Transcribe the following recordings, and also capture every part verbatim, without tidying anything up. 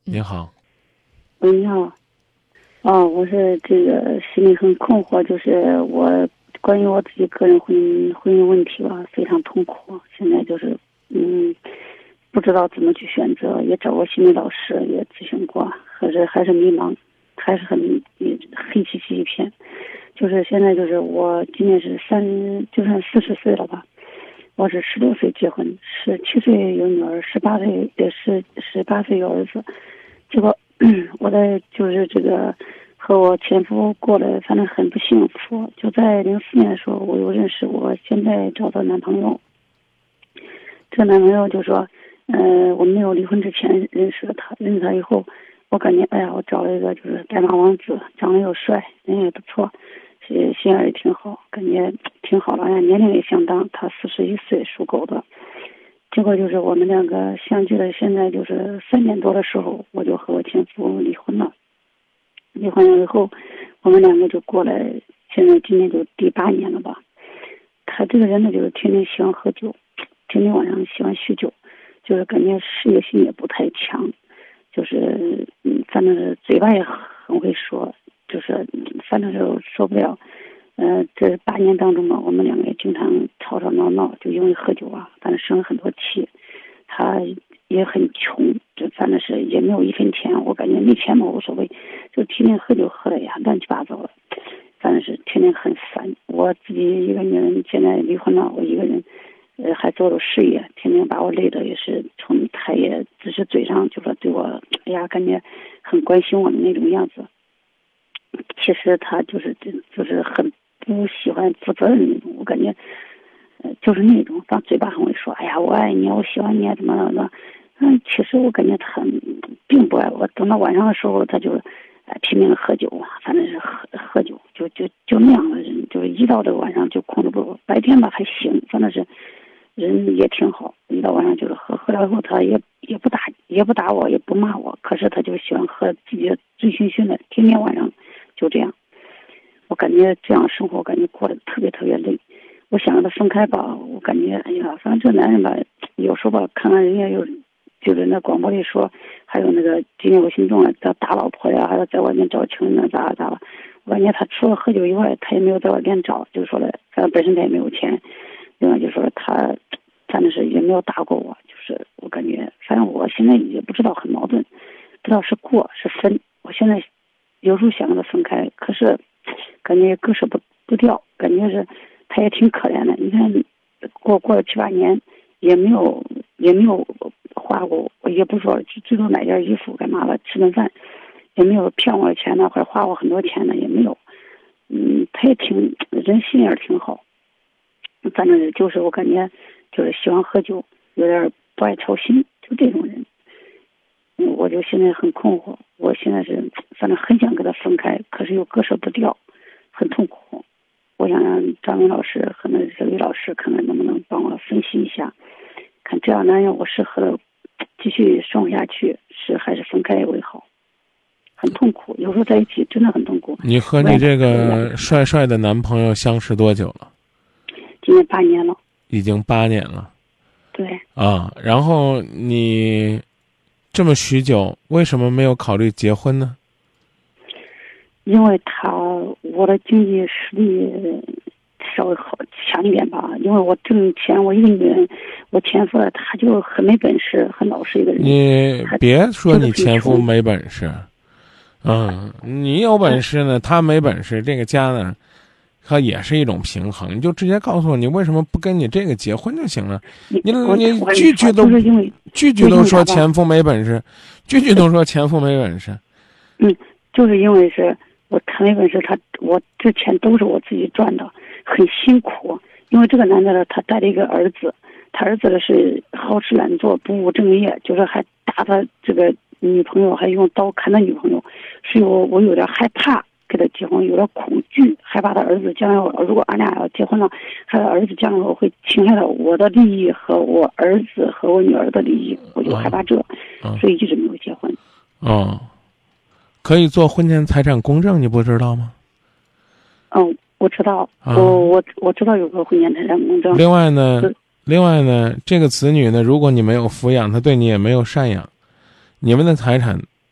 你好。 喂，你好。哦，我是这个心里很困惑，就是我关于我自己个人婚姻婚姻问题吧，非常痛苦。现在就是嗯，不知道怎么去选择，也找过心理老师，也咨询过，可是还是迷茫，还是很黑漆漆一片。就是现在就是我今年是三，就算四十岁了吧。我是十六岁结婚，十七岁有女儿，十八岁也是十八岁有儿子。结果我的就是这个和我前夫过得反正很不幸福。就在零四年的时候，我又认识我现在找的男朋友。这个男朋友就说，呃，我没有离婚之前认识了他，认识他以后，我感觉哎呀，我找了一个就是白马王子，长得又帅，人也不错。心眼也挺好，感觉挺好的，哎，年龄也相当，他四十一岁，属狗的。结果就是我们两个相距了，现在就是三年多的时候，我就和我前夫离婚了。离婚了以后，我们两个就过来，现在今年就第八年了吧。他这个人呢，就是天天喜欢喝酒，天天晚上喜欢酗酒，就是感觉事业心也不太强，就是嗯，反正是嘴巴也很会说。就是反正就受不了，呃，这八年当中嘛，我们两个也经常吵吵闹闹，就因为喝酒啊，反正生了很多气。他也很穷，就反正是也没有一分钱，我感觉没钱嘛无所谓，就天天喝酒喝的呀乱七八糟的，反正是天天很烦。我自己一个女人现在离婚了，我一个人，呃，还做着事业，天天把我累的也是，从他也只是嘴上就说对我，哎呀，感觉很关心我的那种样子。其实他就是就是很不喜欢负责任的那种，我感觉，呃，就是那种，当嘴巴很会说，哎呀，我爱你，我喜欢你，怎么怎么，嗯，其实我感觉他并不爱我。等到晚上的时候，他就，呃，拼命的喝酒啊，反正是喝喝酒，就就就那样的人，就是一到这个晚上就控制不住。白天吧还行，反正是人也挺好，一到晚上就是喝，喝了以后他也也不打也不打我，也不骂我，可是他就喜欢喝，自己醉醺醺的，天天晚上。就这样，我感觉这样生活，我感觉过得特别特别累。我想让他分开吧，我感觉哎呀，反正这男人吧，有时候吧，看看人家又就是那广播里说，还有那个今年我心中啊，他打老婆呀，还有在外面找情人咋咋了。我感觉他除了喝酒以外，他也没有在外面找，就是说了，反正本身他也没有钱，另外就说他反正是也没有打过我，就是我感觉，反正我现在也不知道，很矛盾，不知道是过是分。我现在。有时候想跟他分开，可是感觉割舍不不掉，感觉是他也挺可怜的。你看过过了七八年，也没有也没有花过，也不说最多买件衣服干嘛了，吃顿饭，也没有骗我钱呢，或者花我很多钱呢，也没有。嗯，他也挺人心眼挺好，反正就是我感觉就是喜欢喝酒，有点不爱操心，就这种人。嗯，我就现在很困惑，我现在是反正很想跟他分开，可是又割舍不掉，很痛苦。我想让张明老师和那这李老师看看能不能帮我分析一下，看这样男人我适合继续生活下去，是还是分开为好。很痛苦，有时候在一起真的很痛苦。 你和你这个帅帅的男朋友相识多久了？ 今年八年了。 已经八年了。 对。 啊，然后你这么许久，为什么没有考虑结婚呢？ 因为他我的经济实力稍微好强一点吧，因为我挣钱，我一个女人，我前夫他就很没本事，很老实一个人。 你别说你前夫没本事，嗯，你有本事呢，他没本事，这个家呢，它也是一种平衡。你就直接告诉我，你为什么不跟你这个结婚就行了？你你句句都句句都说前夫没本事，句句都说前夫没本事。 嗯，就是因为是我他没本事，他我这钱都是我自己赚的，很辛苦。因为这个男的呢，他带了一个儿子，他儿子呢是好吃懒做，不务正业，就是还打他这个女朋友，还用刀砍他女朋友，所以我我有点害怕。跟他结婚有点恐惧，害怕他儿子将来，如果俺俩要结婚了，害怕儿子将来会侵害到我的利益和我儿子和我女儿的利益，我就害怕这， 嗯、 所以一直没有结婚。 哦，可以做婚前财产公证，你不知道吗？ 嗯，我知道， 啊、 我我我知道有个婚前财产公证。 另外呢，另外呢，这个子女呢，如果你没有抚养，他对你也没有赡养，你们的财产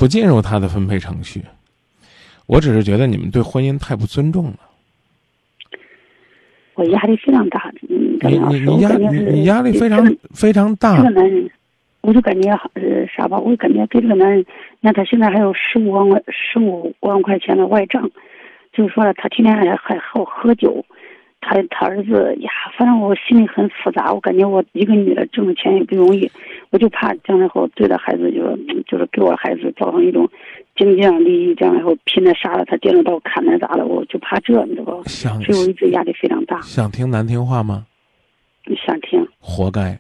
不进入他的分配程序。我只是觉得你们对婚姻太不尊重了。 我压力非常大，嗯， 你你你压你你压力非常非常大。 这个男人，我就感觉呃啥吧，我就感觉给这个男人，你看他现在还有十五万块十五万块钱的外账，就是说了他天天还还好喝酒，他他儿子呀，反正我心里很复杂，我感觉我一个女的挣的钱也不容易，我就怕将来后对着孩子就是就是给我孩子造成一种经济上利益，将来后拼的杀了他，电脑刀砍的咋了，我就怕这，你知道吧？ 想所以我一直压力非常大。 想听难听话吗？ 想听。 活该。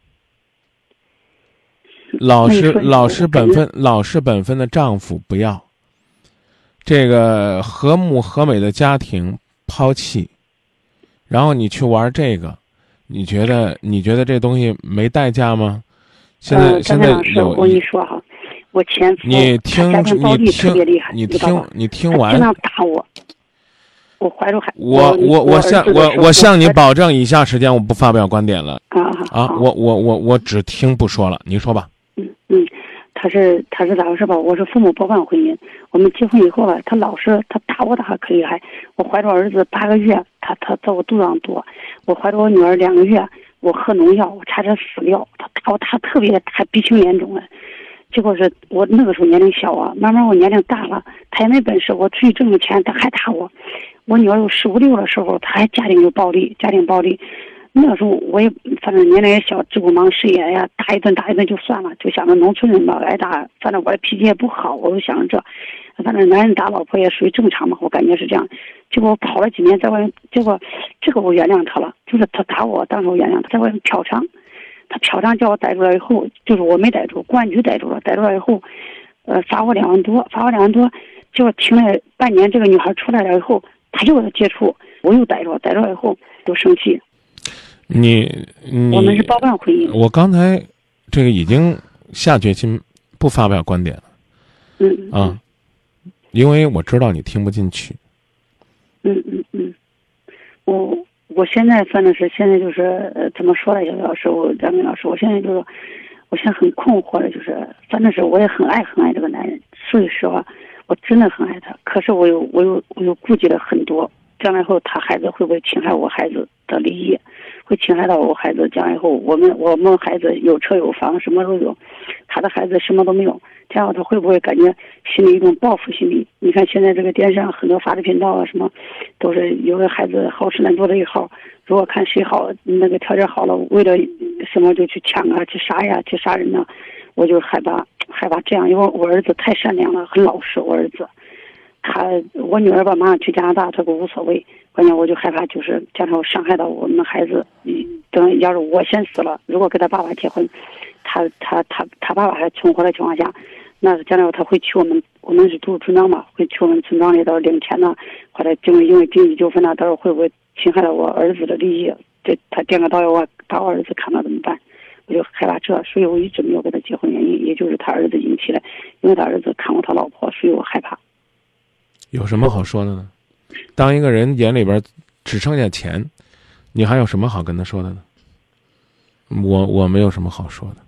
老实老实本分老实本分的丈夫不要，这个和睦和美的家庭抛弃，然后你去玩这个，你觉得你觉得这东西没代价吗？现在、呃、现在有我跟你说哈，我前夫你听家庭暴力特别厉害， 你听你听完， 经常打我，我怀着孩我我我向我我向你保证，以下时间我不发表观点了啊啊！我我我我只听不说了，你说吧。 嗯嗯，他是他是咋回事吧？我是父母包办婚姻，我们结婚以后吧，他老是他打我打可厉害。我怀着儿子八个月，他他在我肚子上躲；我怀着我女儿两个月，我喝农药，我差点死掉。他打我打特别还鼻青脸肿的。结果是我那个时候年龄小啊，慢慢我年龄大了，他也没本事，我出去挣个钱，他还打我。我女儿有十五六的时候，他还家庭有暴力，家庭暴力。那个时候我也反正年龄也小，只顾忙事业呀，打一顿打一顿就算了，就想着农村人吧挨打，反正我的脾气也不好，我就想着这，反正男人打老婆也属于正常嘛，我感觉是这样。结果跑了几年在外面，结果这个我原谅他了，就是他打我，当时我原谅他，在外面嫖娼，他嫖娼叫我逮住了以后，就是我没逮住，公安局逮住了，逮住了以后，呃，罚我两万多，罚我两万多，结果停了半年，这个女孩出来了以后，他就接触，我又逮住，逮住了以后就生气。 你你我们是包办婚姻。 我刚才这个已经下决心不发表观点了。 嗯啊，因为我知道你听不进去。 嗯嗯嗯，我我现在反正是现在就是呃怎么说呢，姚老师，我张明老师，我现在就是我现在很困惑的，就是反正是我也很爱很爱这个男人，说句实话，我真的很爱他，可是我又我又我又顾忌了很多，将来后他孩子会不会侵害我孩子的利益？会侵害到我孩子将来以后，我们我们孩子有车有房什么都有，他的孩子什么都没有，这样他会不会感觉心里一种报复心理？你看现在这个电视上很多法制频道啊，什么都是有的孩子好吃懒做的一号，如果看谁好那个条件好了，为了什么就去抢啊，去杀呀，去杀人呢？我就害怕害怕这样，因为我儿子太善良了，很老实，我儿子。他我女儿吧马上去加拿大，这个无所谓，关键我就害怕就是将来伤害到我们孩子。等要是我先死了，如果跟他爸爸结婚，他他他他爸爸还存活的情况下，那将来他会去我们我们是住村庄嘛，会去我们村庄里头领钱呢，或者因为因为经济纠纷呢，到时候会不会侵害到我儿子的利益？这他电个刀要我把我儿子砍了怎么办？我就害怕这，所以我一直没有跟他结婚，原因也就是他儿子引起的，因为他儿子看过他老婆，所以我害怕。 有什么好说的呢？当一个人眼里边只剩下钱，你还有什么好跟他说的呢？我我没有什么好说的。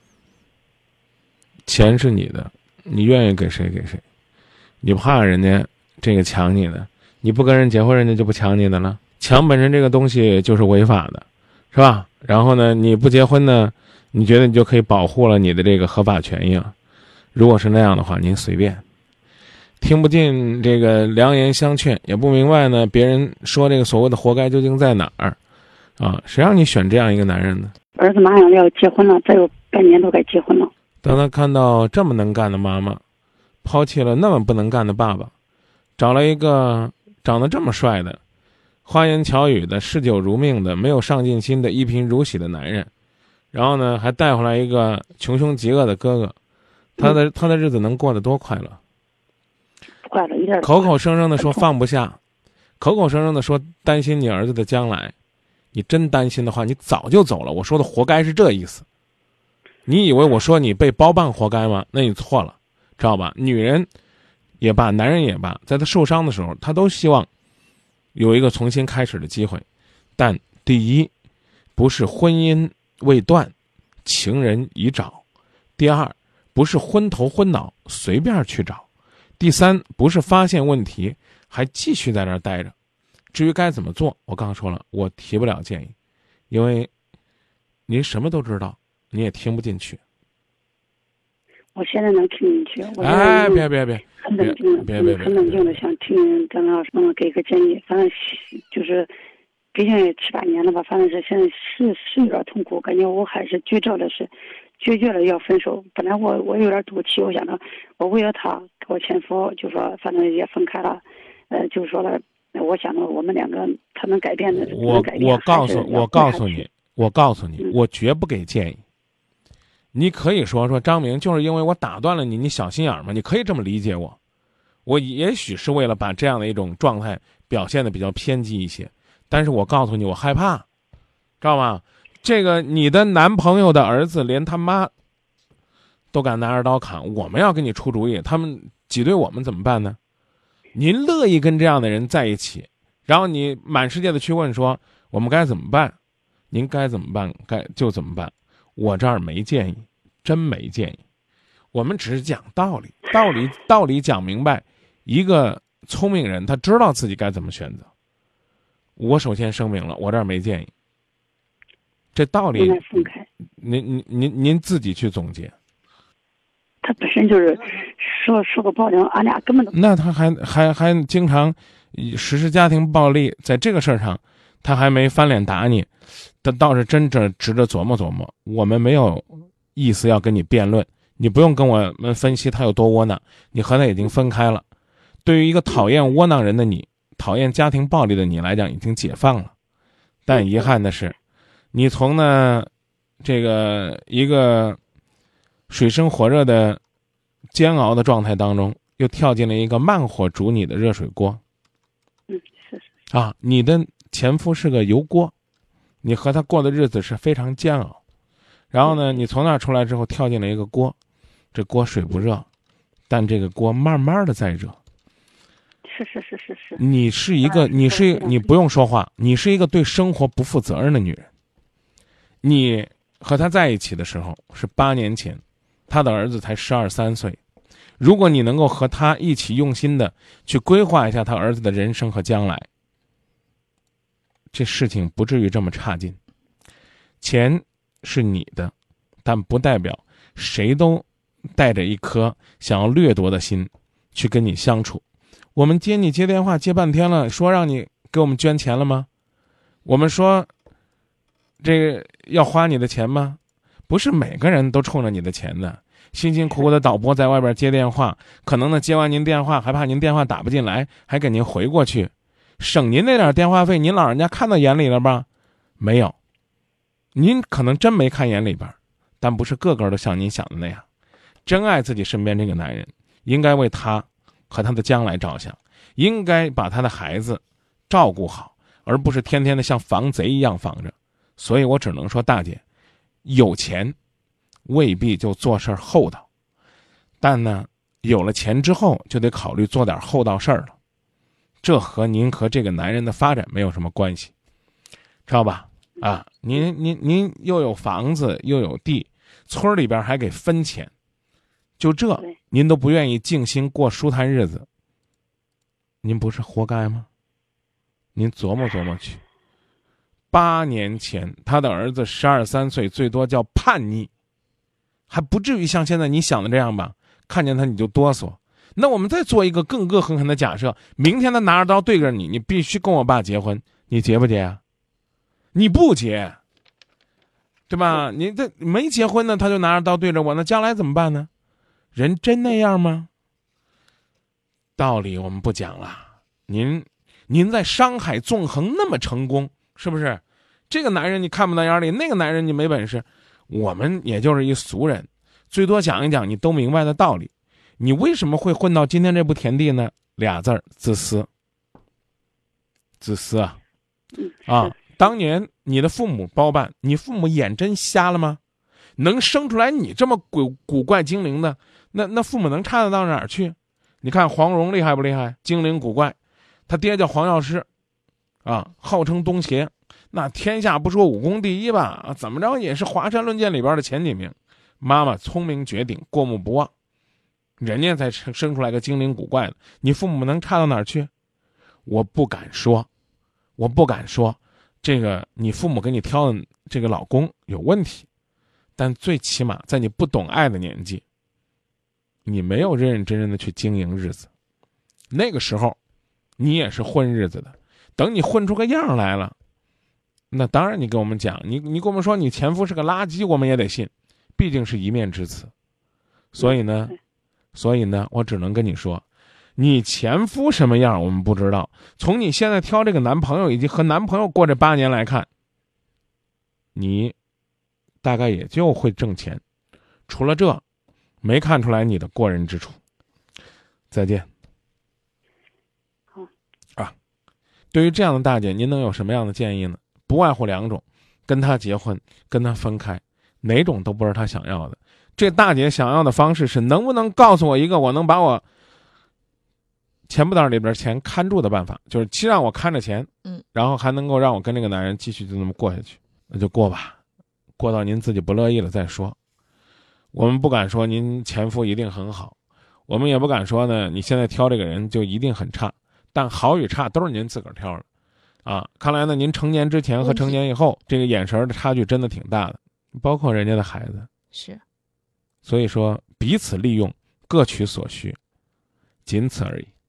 钱是你的，你愿意给谁给谁。你怕人家这个抢你的，你不跟人结婚，人家就不抢你的了。抢本身这个东西就是违法的，是吧？然后呢，你不结婚呢，你觉得你就可以保护了你的这个合法权益了？如果是那样的话，您随便。听不进这个良言相劝，也不明白呢别人说这个所谓的活该究竟在哪儿啊？谁让你选这样一个男人呢？ 儿子马上要结婚了，再有半年都该结婚了。 当他看到这么能干的妈妈抛弃了那么不能干的爸爸，找了一个长得这么帅的花言巧语的嗜酒如命的没有上进心的一贫如洗的男人，然后呢还带回来一个穷凶极恶的哥哥，他的、嗯、他的日子能过得多快乐？ 快乐一点。 口口声声的说放不下，口口声声的说担心你儿子的将来，你真担心的话你早就走了。我说的活该是这意思。你以为我说你被包办活该吗？那你错了，知道吧？女人也罢，男人也罢，在他受伤的时候他都希望有一个重新开始的机会。但第一，不是婚姻未断情人已找；第二， 不是昏头昏脑随便去找；第三，不是发现问题还继续在那儿待着。至于该怎么做，我刚刚说了，我提不了建议，因为您什么都知道，你也听不进去。 我现在能听进去。我哎，别别别， 很冷静的， 别别别， 很冷静的想听张老师能不能给个建议。反正就是，毕竟也七八年了吧，反正是现在是是有点痛苦，感觉我还是决着的是，决绝了要分手。本来我我有点赌气，我想着我为了他，我前夫就说反正也分开了，呃，就说了，我想着我们两个他能改变的， 我我告诉我告诉你，我告诉你， 嗯、 我绝不给建议。你可以说说张明，就是因为我打断了你，你小心眼嘛？你可以这么理解我。我也许是为了把这样的一种状态表现的比较偏激一些，但是我告诉你，我害怕，知道吗？这个你的男朋友的儿子连他妈都敢拿着刀砍，我们要给你出主意，他们挤兑我们怎么办呢？您乐意跟这样的人在一起，然后你满世界的去问说我们该怎么办，您该怎么办该就怎么办。我这儿没建议，真没建议。我们只是讲道理，道理道理讲明白。一个聪明人，他知道自己该怎么选择。我首先声明了，我这儿没建议。这道理，您您您您自己去总结。 他本身就是说说个暴力，俺俩根本都那他还还还经常实施家庭暴力，在这个事儿上，他还没翻脸打你。他倒是真正值得琢磨琢磨。我们没有意思要跟你辩论，你不用跟我们分析他有多窝囊，你和他已经分开了。对于一个讨厌窝囊人的你，讨厌家庭暴力的你来讲，已经解放了。但遗憾的是，你从呢这个一个水深火热的煎熬的状态当中，又跳进了一个慢火煮你的热水锅。 嗯，是是啊，你的前夫是个油锅。你和他过的日子是非常煎熬，然后呢，你从那儿出来之后跳进了一个锅，这锅水不热，但这个锅慢慢的在热。 是是是是是。 你是一个，你是你不用说话，你是一个对生活不负责任的女人。你和他在一起的时候是八年前，他的儿子才十二三岁。如果你能够和他一起用心的去规划一下他儿子的人生和将来，这事情不至于这么差劲。钱是你的，但不代表谁都带着一颗想要掠夺的心去跟你相处。我们接你接电话接半天了，说让你给我们捐钱了吗？我们说这个要花你的钱吗？不是每个人都冲着你的钱的。辛辛苦苦的导播在外边接电话，可能呢接完您电话还怕您电话打不进来，还给您回过去，省您那点电话费，您老人家看到眼里了吧？没有，您可能真没看眼里边，但不是个个都像您想的那样。真爱自己身边这个男人，应该为他和他的将来着想，应该把他的孩子照顾好，而不是天天的像防贼一样防着。所以我只能说，大姐，有钱未必就做事厚道，但呢，有了钱之后就得考虑做点厚道事儿了。这和您和这个男人的发展没有什么关系，知道吧？啊，您您您又有房子又有地，村里边还给分钱，就这您都不愿意静心过舒坦日子，您不是活该吗？您琢磨琢磨去。八年前他的儿子十二三岁，最多叫叛逆，还不至于像现在你想的这样吧，看见他你就哆嗦。那我们再做一个更恶狠狠的假设，明天他拿着刀对着你，你必须跟我爸结婚，你结不结啊？你不结，对吧？你这没结婚呢，他就拿着刀对着我，那将来怎么办呢？人真那样吗？道理我们不讲了。您您在商海纵横那么成功，是不是？这个男人你看不到眼里，那个男人你没本事，我们也就是一俗人，最多讲一讲你都明白的道理。你为什么会混到今天这步田地呢？俩字儿：自私。自私啊！啊！当年你的父母包办，你父母眼真瞎了吗？能生出来你这么古古怪精灵的，那那父母能差得到哪儿去？你看黄蓉厉害不厉害？精灵古怪，他爹叫黄药师，啊，号称东邪，那天下不说武功第一吧，怎么着也是华山论剑里边的前几名。 妈妈聪明绝顶，过目不忘，人家才生生出来个精灵古怪的，你父母能差到哪儿去？我不敢说，我不敢说，这个你父母给你挑的这个老公有问题，但最起码在你不懂爱的年纪，你没有认认真真的去经营日子，那个时候你也是混日子的，等你混出个样来了，那当然你跟我们讲，你你跟我们说你前夫是个垃圾，我们也得信，毕竟是一面之词。所以呢所以呢我只能跟你说，你前夫什么样我们不知道，从你现在挑这个男朋友以及和男朋友过这八年来看，你大概也就会挣钱，除了这没看出来你的过人之处。再见。 好啊，对于这样的大姐您能有什么样的建议呢？不外乎两种，跟他结婚，跟他分开，哪种都不是他想要的。这大姐想要的方式是能不能告诉我一个我能把我钱布袋里边钱看住的办法，就是既让我看着钱， 嗯， 然后还能够让我跟这个男人继续就这么过下去，那就过吧，过到您自己不乐意了再说。我们不敢说您前夫一定很好，我们也不敢说呢你现在挑这个人就一定很差，但好与差都是您自个儿挑的啊。看来呢您成年之前和成年以后这个眼神的差距真的挺大的，包括人家的孩子。 是， 所以说彼此利用，各取所需，仅此而已。